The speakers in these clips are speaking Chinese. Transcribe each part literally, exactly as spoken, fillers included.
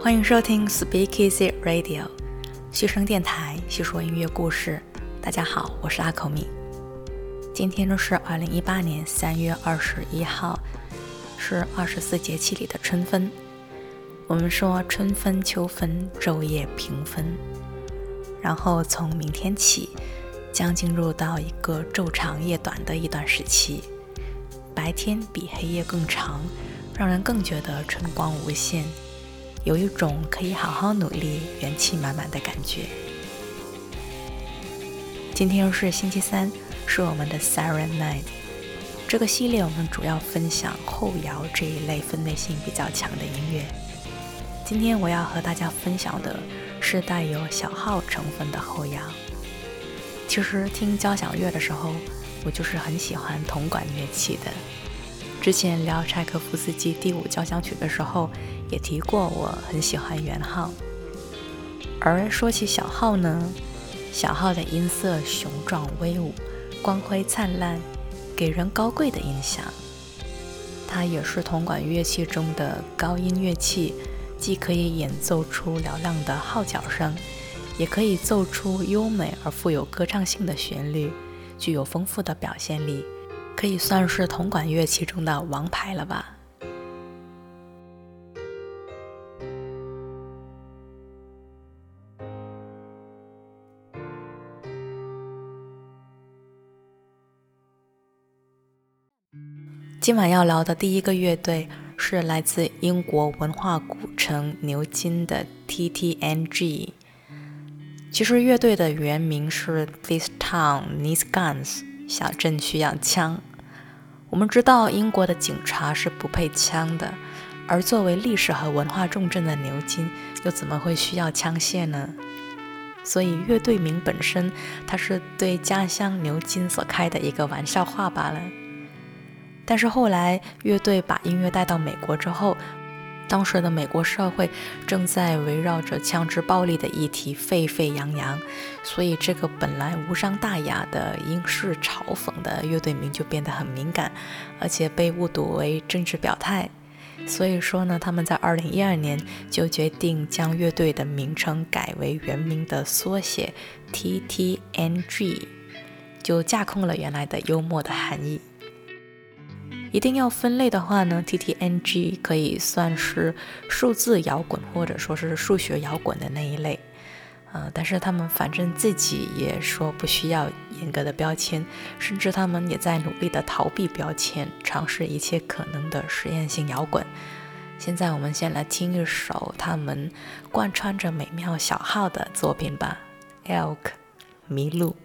欢迎收听 Speak Easy Radio 嘘声电台，叙说音乐故事。大家好，我是阿口米。今天呢是二零一八年三月二十一号，是二十四节气里的春分。我们说春分秋分昼夜平分，然后从明天起将进入到一个昼长夜短的一段时期，白天比黑夜更长，让人更觉得春光无限，有一种可以好好努力元气满满的感觉。今天是星期三，是我们的 Siren Night。 这个系列我们主要分享后摇这一类分类性比较强的音乐。今天我要和大家分享的是带有小号成分的后摇。其实听交响乐的时候，我就是很喜欢铜管乐器的。之前聊柴可夫斯基第五交响曲的时候也提过我很喜欢圆号。而说起小号呢，小号的音色雄壮威武，光辉灿烂，给人高贵的印象。它也是铜管乐器中的高音乐器，既可以演奏出嘹亮的号角声，也可以奏出优美而富有歌唱性的旋律，具有丰富的表现力，可以算是铜管乐器中的王牌了吧。今晚要聊的第一个乐队是来自英国文化古城牛津的 T T N G。 其实乐队的原名是 This Town Needs Guns， 小镇需要枪。我们知道英国的警察是不配枪的，而作为历史和文化重镇的牛津又怎么会需要枪械呢？所以乐队名本身它是对家乡牛津所开的一个玩笑话罢了。但是后来乐队把音乐带到美国之后，当时的美国社会正在围绕着枪支暴力的议题沸沸扬扬，所以这个本来无伤大雅的英式嘲讽的乐队名就变得很敏感，而且被误读为政治表态。所以说呢，他们在二零一二年就决定将乐队的名称改为原名的缩写 T T N G， 就架空了原来的幽默的含义。一定要分类的话呢， T T N G 可以算是数字摇滚或者说是数学摇滚的那一类、呃、但是他们反正自己也说不需要严格的标签，甚至他们也在努力的逃避标签，尝试一切可能的实验性摇滚。现在我们先来听一首他们贯穿着美妙小号的作品吧， Elk 麋鹿。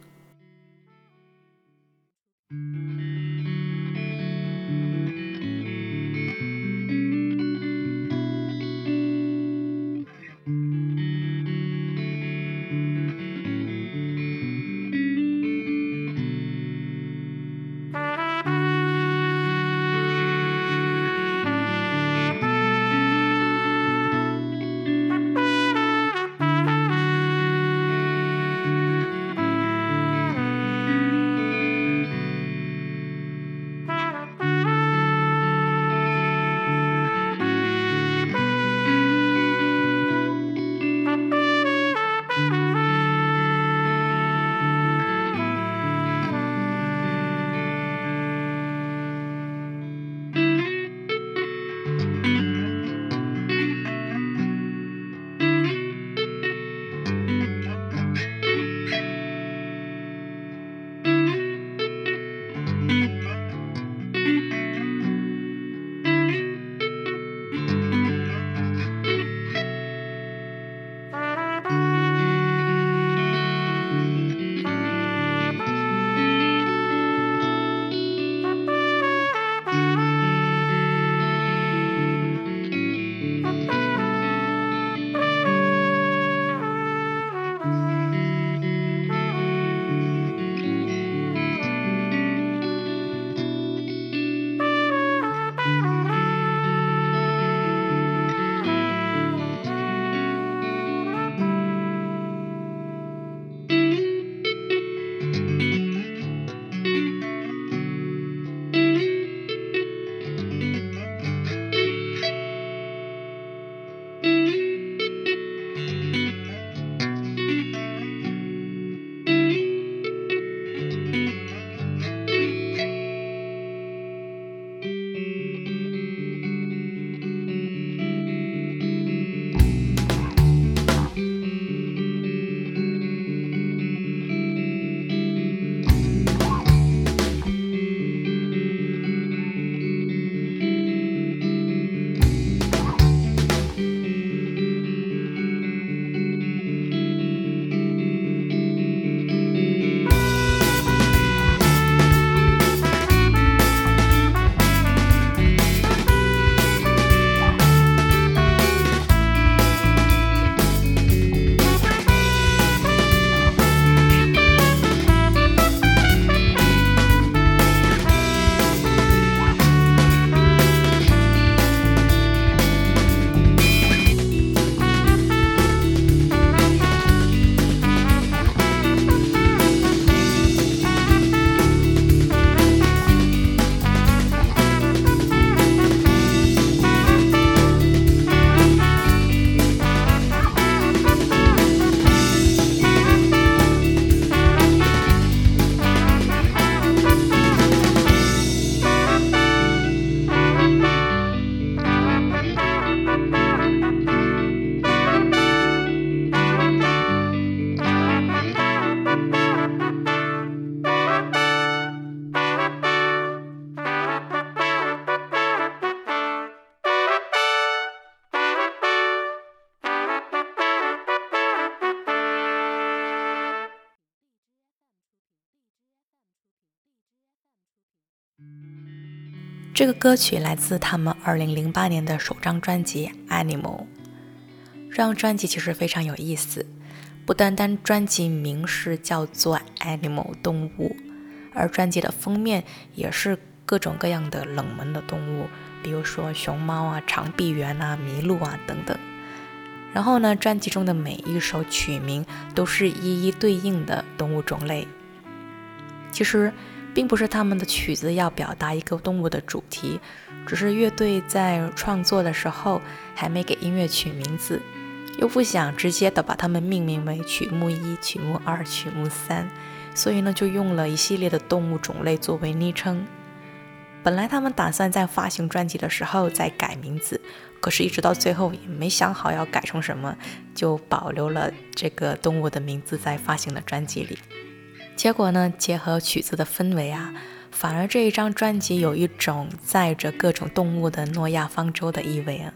这个歌曲来自他们二零零八年的首张专辑《Animal》。这张专辑其实非常有意思，不单单专辑名是叫做 Animal 动物，而专辑的封面也是各种各样的冷门的动物，比如说熊猫啊、长臂猿啊、麋鹿啊等等。然后呢，专辑中的每一首曲名都是一一对应的动物种类。其实并不是他们的曲子要表达一个动物的主题，只是乐队在创作的时候还没给音乐取名字，又不想直接的把它们命名为曲目一、曲目二、曲目三，所以呢就用了一系列的动物种类作为昵称。本来他们打算在发行专辑的时候再改名字，可是一直到最后也没想好要改成什么，就保留了这个动物的名字在发行的专辑里。结果呢，结合曲子的氛围啊，反而这一张专辑有一种载着各种动物的诺亚方舟的意味啊。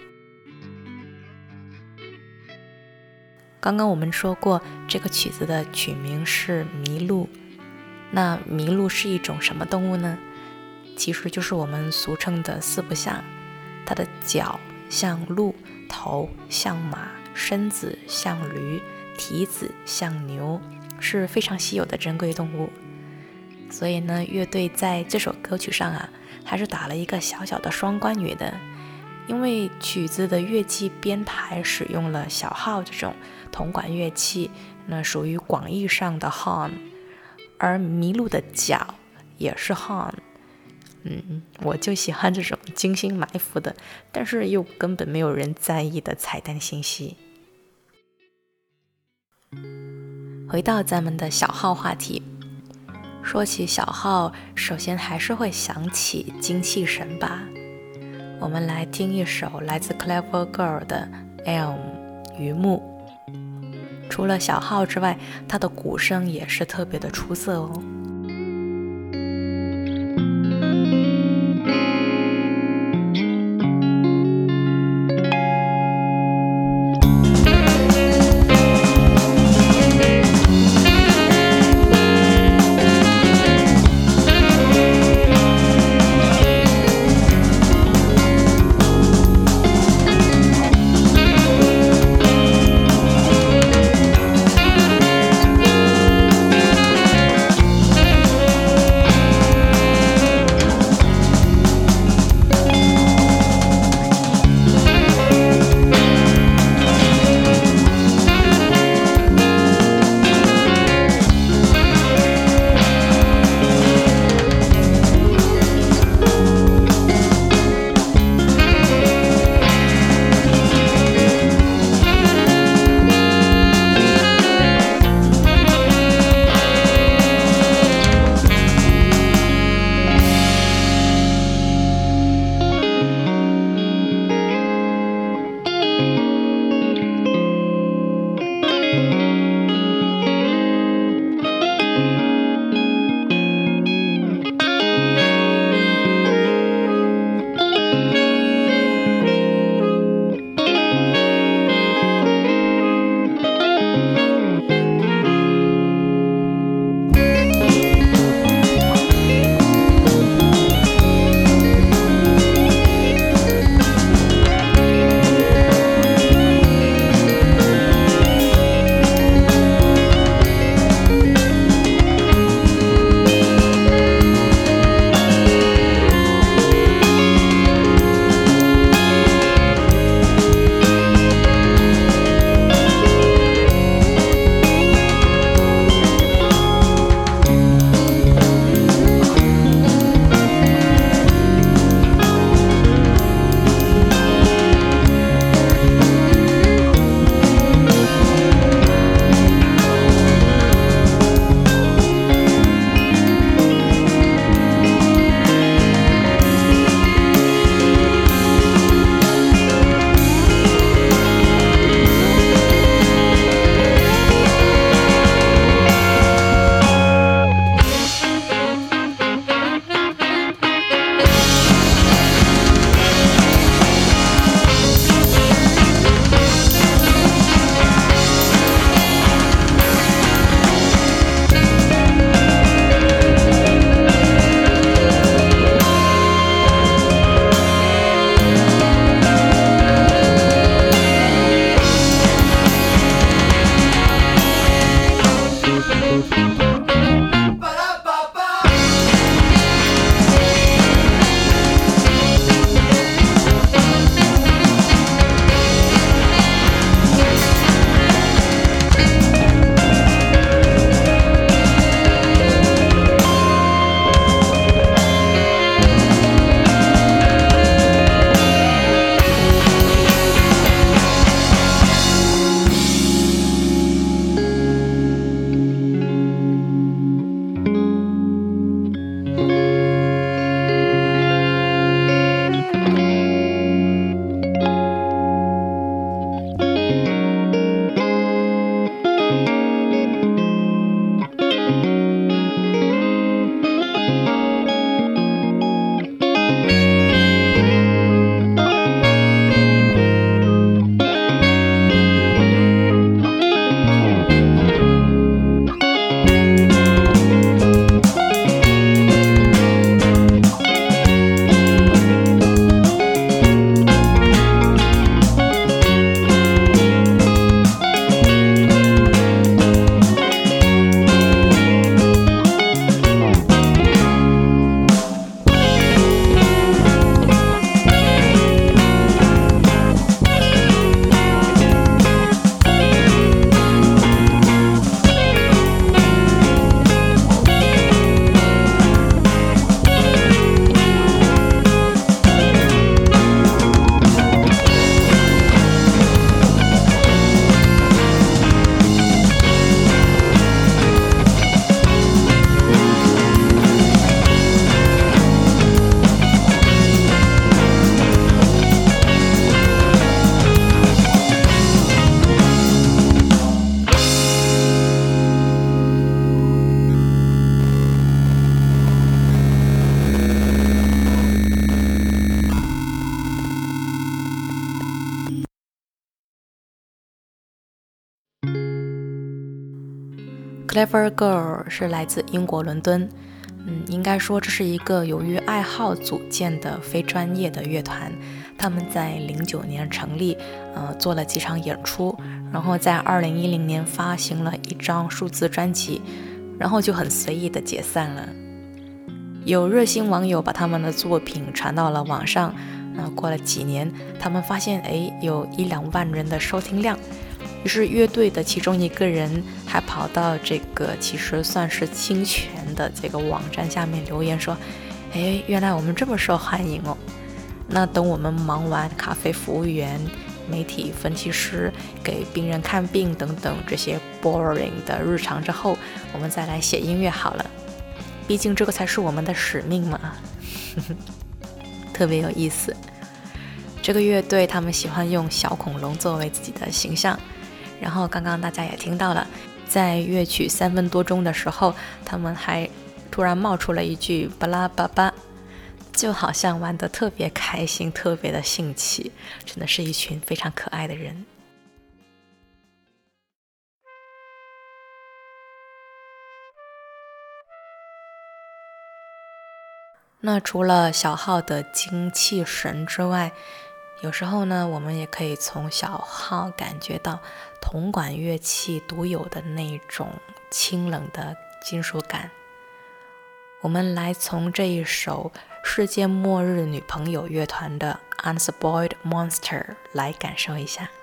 刚刚我们说过，这个曲子的曲名是麋鹿。那麋鹿是一种什么动物呢？其实就是我们俗称的四不像，它的脚像鹿，头像马，身子像驴，蹄子像牛，是非常稀有的珍贵动物。所以呢，乐队在这首歌曲上啊，还是打了一个小小的双关语的，因为曲子的乐器编排使用了小号这种铜管乐器，那属于广义上的 horn， 而麋鹿的脚也是 horn。嗯，我就喜欢这种精心埋伏的，但是又根本没有人在意的彩蛋信息。回到咱们的小号话题，说起小号，首先还是会想起精气神吧。我们来听一首来自 Clever Girl 的 Elm 榆木。除了小号之外，它的鼓声也是特别的出色哦。 Clever Girl 是来自英国伦敦，嗯，应该说这是一个由于爱好组建的非专业的乐团。他们在零九年成立，呃，做了几场演出，然后在二零一零年发行了一张数字专辑，然后就很随意的解散了。有热心网友把他们的作品传到了网上，呃，过了几年，他们发现，哎，有一两万人的收听量。于是乐队的其中一个人还跑到这个其实算是侵权的这个网站下面留言说，哎，原来我们这么受欢迎哦。那等我们忙完咖啡服务员、媒体分析师、给病人看病等等这些 boring 的日常之后，我们再来写音乐好了，毕竟这个才是我们的使命嘛。特别有意思。这个乐队他们喜欢用小恐龙作为自己的形象，然后刚刚大家也听到了，在乐曲三分多钟的时候，他们还突然冒出了一句巴拉巴巴，就好像玩得特别开心，特别的兴起，真的是一群非常可爱的人。那除了小号的精气神之外，有时候呢，我们也可以从小号感觉到铜管乐器独有的那种清冷的金属感。我们来从这一首世界末日女朋友乐团的 Unspoiled Monster 来感受一下。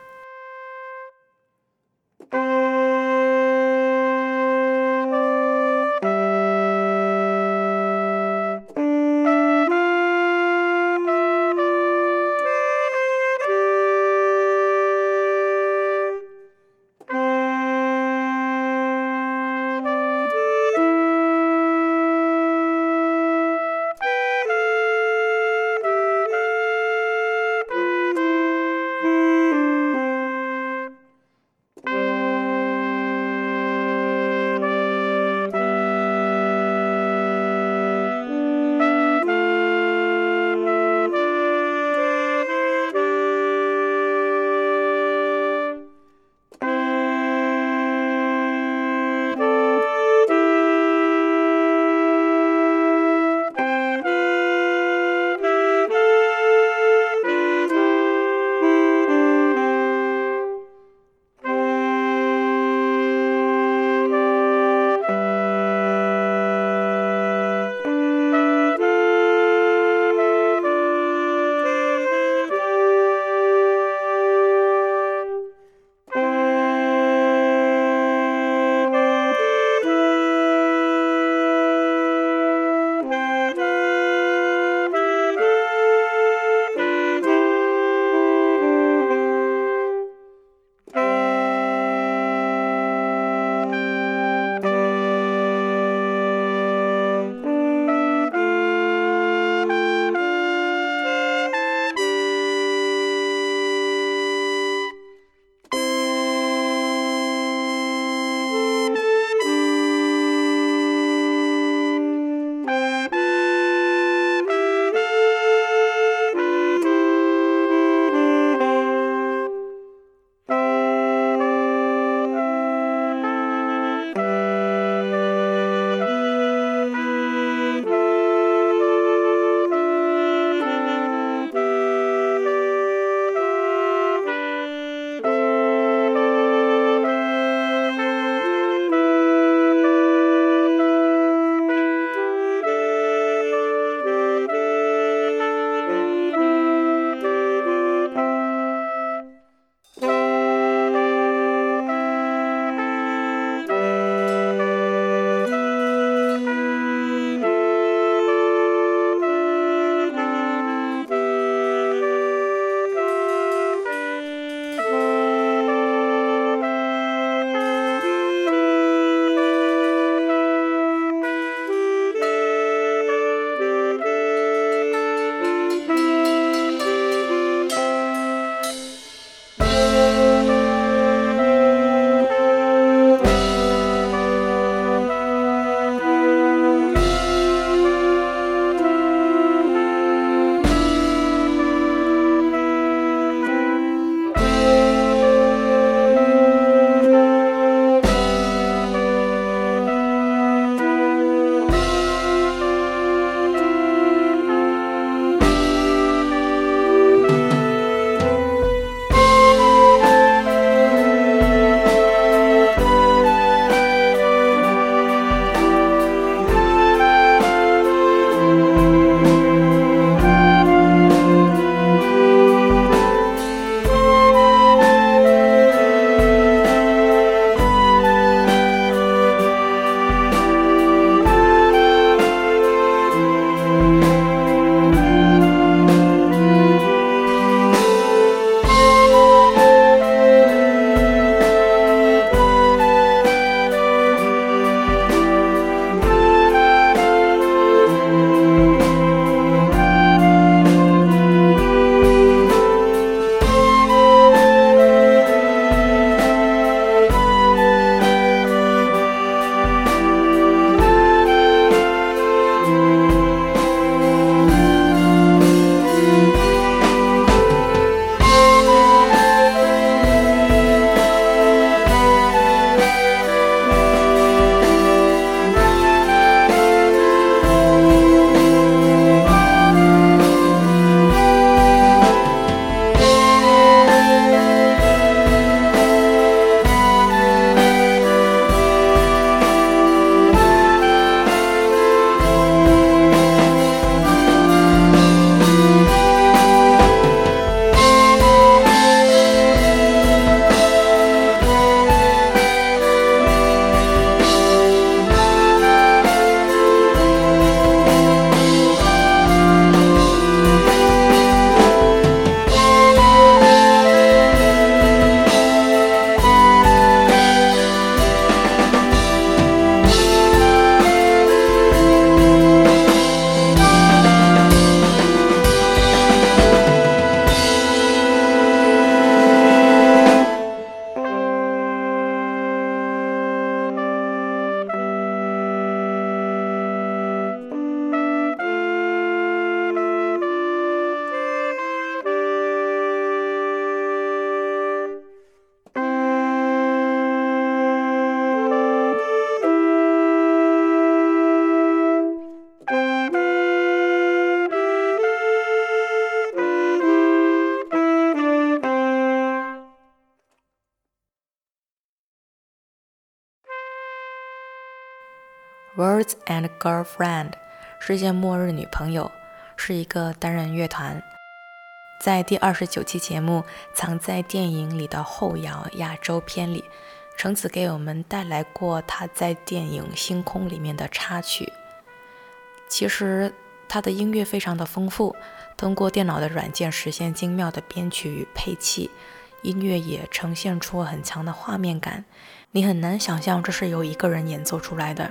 Words and Girlfriend 世界末日女朋友是一个单人乐团，在第二十九期节目藏在电影里的后摇亚洲篇里，橙子给我们带来过他在电影《星空》里面的插曲。其实他的音乐非常的丰富，通过电脑的软件实现精妙的编曲与配器，音乐也呈现出很强的画面感，你很难想象这是由一个人演奏出来的。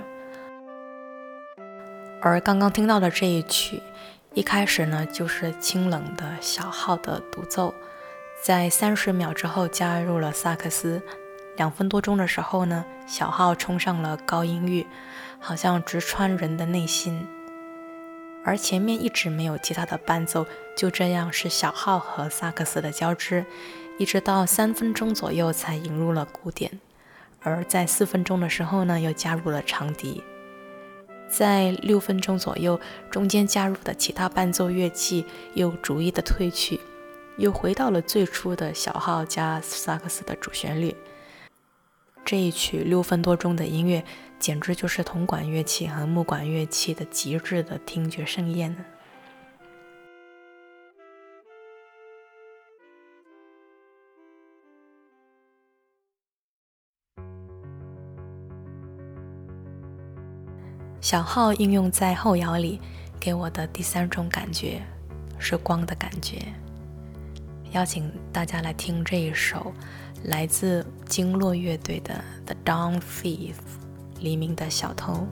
而刚刚听到的这一曲，一开始呢就是清冷的小号的独奏，在三十秒之后加入了萨克斯，两分多钟的时候呢，小号冲上了高音域，好像直穿人的内心。而前面一直没有吉他的伴奏，就这样是小号和萨克斯的交织，一直到三分钟左右才引入了鼓点，而在四分钟的时候呢，又加入了长笛。在六分钟左右，中间加入的其他伴奏乐器又逐一的褪去，又回到了最初的小号加萨克斯的主旋律。这一曲六分多钟的音乐，简直就是铜管乐器和木管乐器的极致的听觉盛宴呢。小号应用在后摇里，给我的第三种感觉是光的感觉。邀请大家来听这一首来自经络乐队的 The Dawn Thief 黎明的小偷。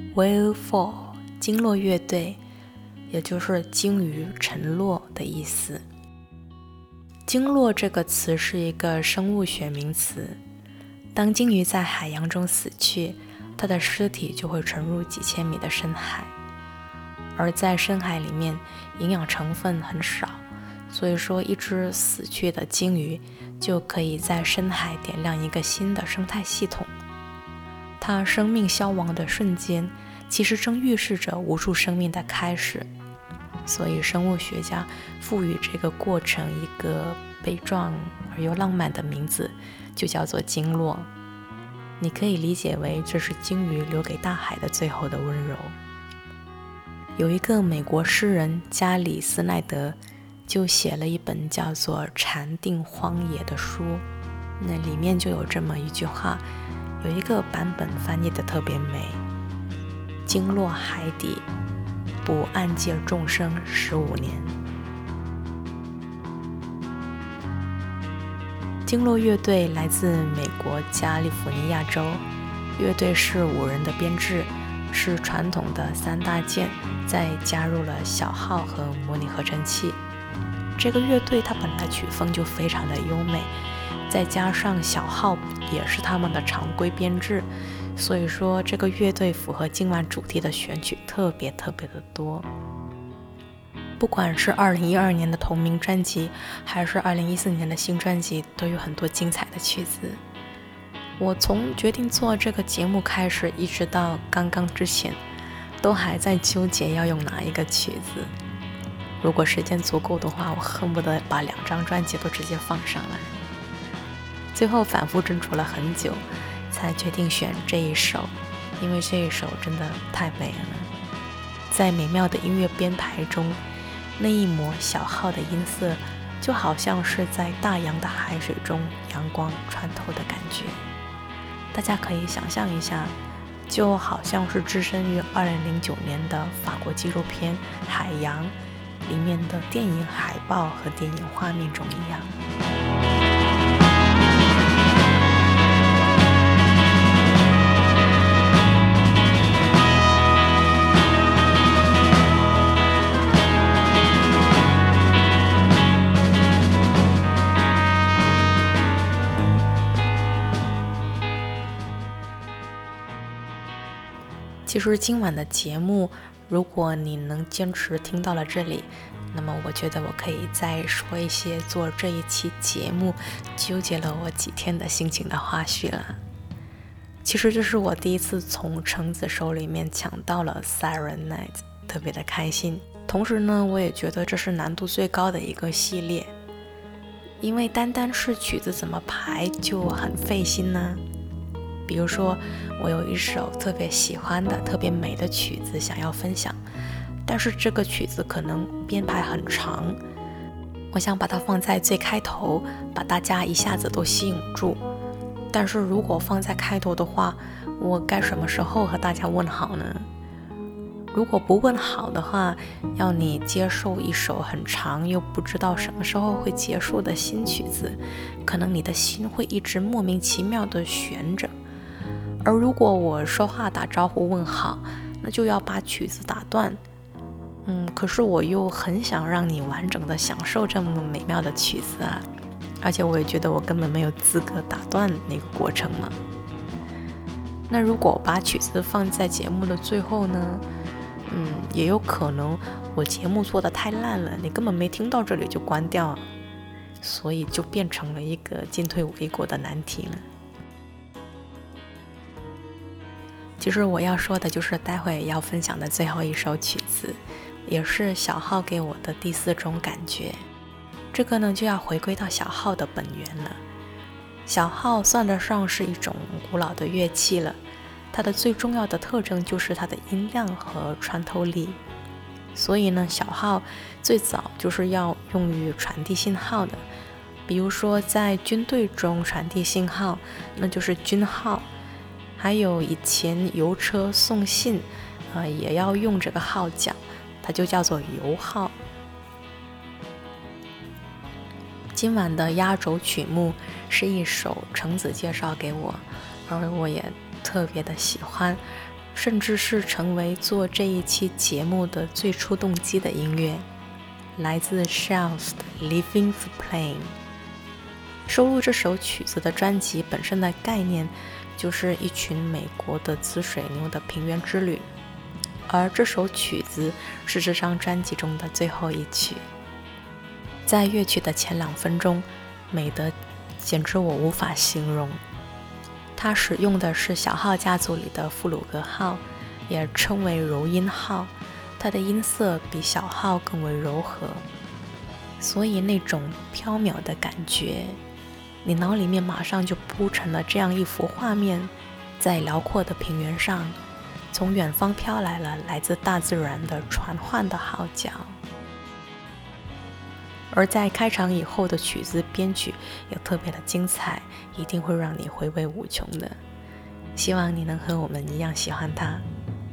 Whale Fall 鲸落乐队，也就是鲸鱼沉落的意思。鲸落这个词是一个生物学名词，当鲸鱼在海洋中死去，它的尸体就会沉入几千米的深海，而在深海里面营养成分很少，所以说一只死去的鲸鱼就可以在深海点亮一个新的生态系统。它生命消亡的瞬间，其实正预示着无数生命的开始，所以生物学家赋予这个过程一个悲壮而又浪漫的名字，就叫做鲸落。你可以理解为这是鲸鱼留给大海的最后的温柔。有一个美国诗人加里斯奈德就写了一本叫做《禅定荒野》的书，那里面就有这么一句话，有一个版本翻译的特别美：鲸落海底，不暗界众生十五年。鲸落乐队来自美国加利福尼亚州，乐队是五人的编制，是传统的三大件，再加入了小号和模拟合成器。这个乐队它本来曲风就非常的优美，再加上小号也是他们的常规编制，所以说这个乐队符合今晚主题的选曲特别特别的多。不管是二零一二年的同名专辑，还是二零一四年的新专辑，都有很多精彩的曲子。我从决定做这个节目开始，一直到刚刚之前，都还在纠结要用哪一个曲子。如果时间足够的话，我恨不得把两张专辑都直接放上来。最后反复斟酌了很久，才决定选这一首，因为这一首真的太美了。在美妙的音乐编排中，那一抹小号的音色，就好像是在大洋的海水中阳光穿透的感觉。大家可以想象一下，就好像是置身于二零零九年的法国纪录片《海洋》里面的电影海报和电影画面中一样。其实今晚的节目，如果你能坚持听到了这里，那么我觉得我可以再说一些做这一期节目纠结了我几天的心情的花絮了。其实这是我第一次从橙子手里面抢到了 Siren Night， 特别的开心。同时呢，我也觉得这是难度最高的一个系列，因为单单是曲子怎么排就很费心呢。比如说我有一首特别喜欢的特别美的曲子想要分享，但是这个曲子可能编排很长，我想把它放在最开头，把大家一下子都吸引住。但是如果放在开头的话，我该什么时候和大家问好呢？如果不问好的话，要你接受一首很长又不知道什么时候会结束的新曲子，可能你的心会一直莫名其妙地悬着。而如果我说话打招呼问好，那就要把曲子打断。嗯，可是我又很想让你完整的享受这么美妙的曲子啊，而且我也觉得我根本没有资格打断那个过程嘛。那如果把曲子放在节目的最后呢？嗯，也有可能我节目做得太烂了，你根本没听到这里就关掉，所以就变成了一个进退维谷的难题了。其实我要说的就是待会要分享的最后一首曲子，也是小号给我的第四种感觉。这个呢就要回归到小号的本源了。小号算得上是一种古老的乐器了，它的最重要的特征就是它的音量和穿透力。所以呢，小号最早就是要用于传递信号的，比如说在军队中传递信号，那就是军号。还有以前邮车送信，呃，也要用这个号角，它就叫做邮号。今晚的压轴曲目是一首橙子介绍给我，而我也特别的喜欢， 甚至是成为做这一期节目的最初动机的音乐，来自 Shells 的 Living the Plane。 收录这首曲子的专辑本身的概念就是一群美国的紫水牛的平原之旅，而这首曲子是这张专辑中的最后一曲。在乐曲的前两分钟，美得简直我无法形容。它使用的是小号家族里的弗鲁格号，也称为柔音号，它的音色比小号更为柔和，所以那种飘渺的感觉，你脑里面马上就铺成了这样一幅画面，在辽阔的平原上，从远方飘来了来自大自然的传唤的号角。而在开场以后的曲子编曲也特别的精彩，一定会让你回味无穷的。希望你能和我们一样喜欢它。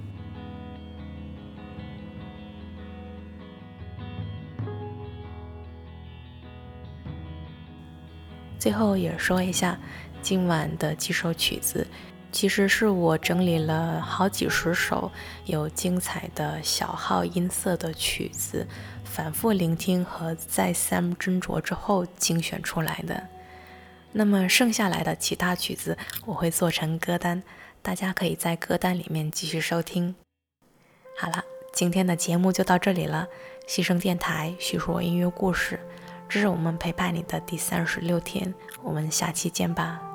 最后也说一下，今晚的几首曲子其实是我整理了好几十首有精彩的小号音色的曲子，反复聆听和再三斟酌之后精选出来的。那么剩下来的其他曲子我会做成歌单，大家可以在歌单里面继续收听。好了，今天的节目就到这里了。牺牲电台叙述音乐故事，这是我们陪伴你的第三十六天，我们下期见吧。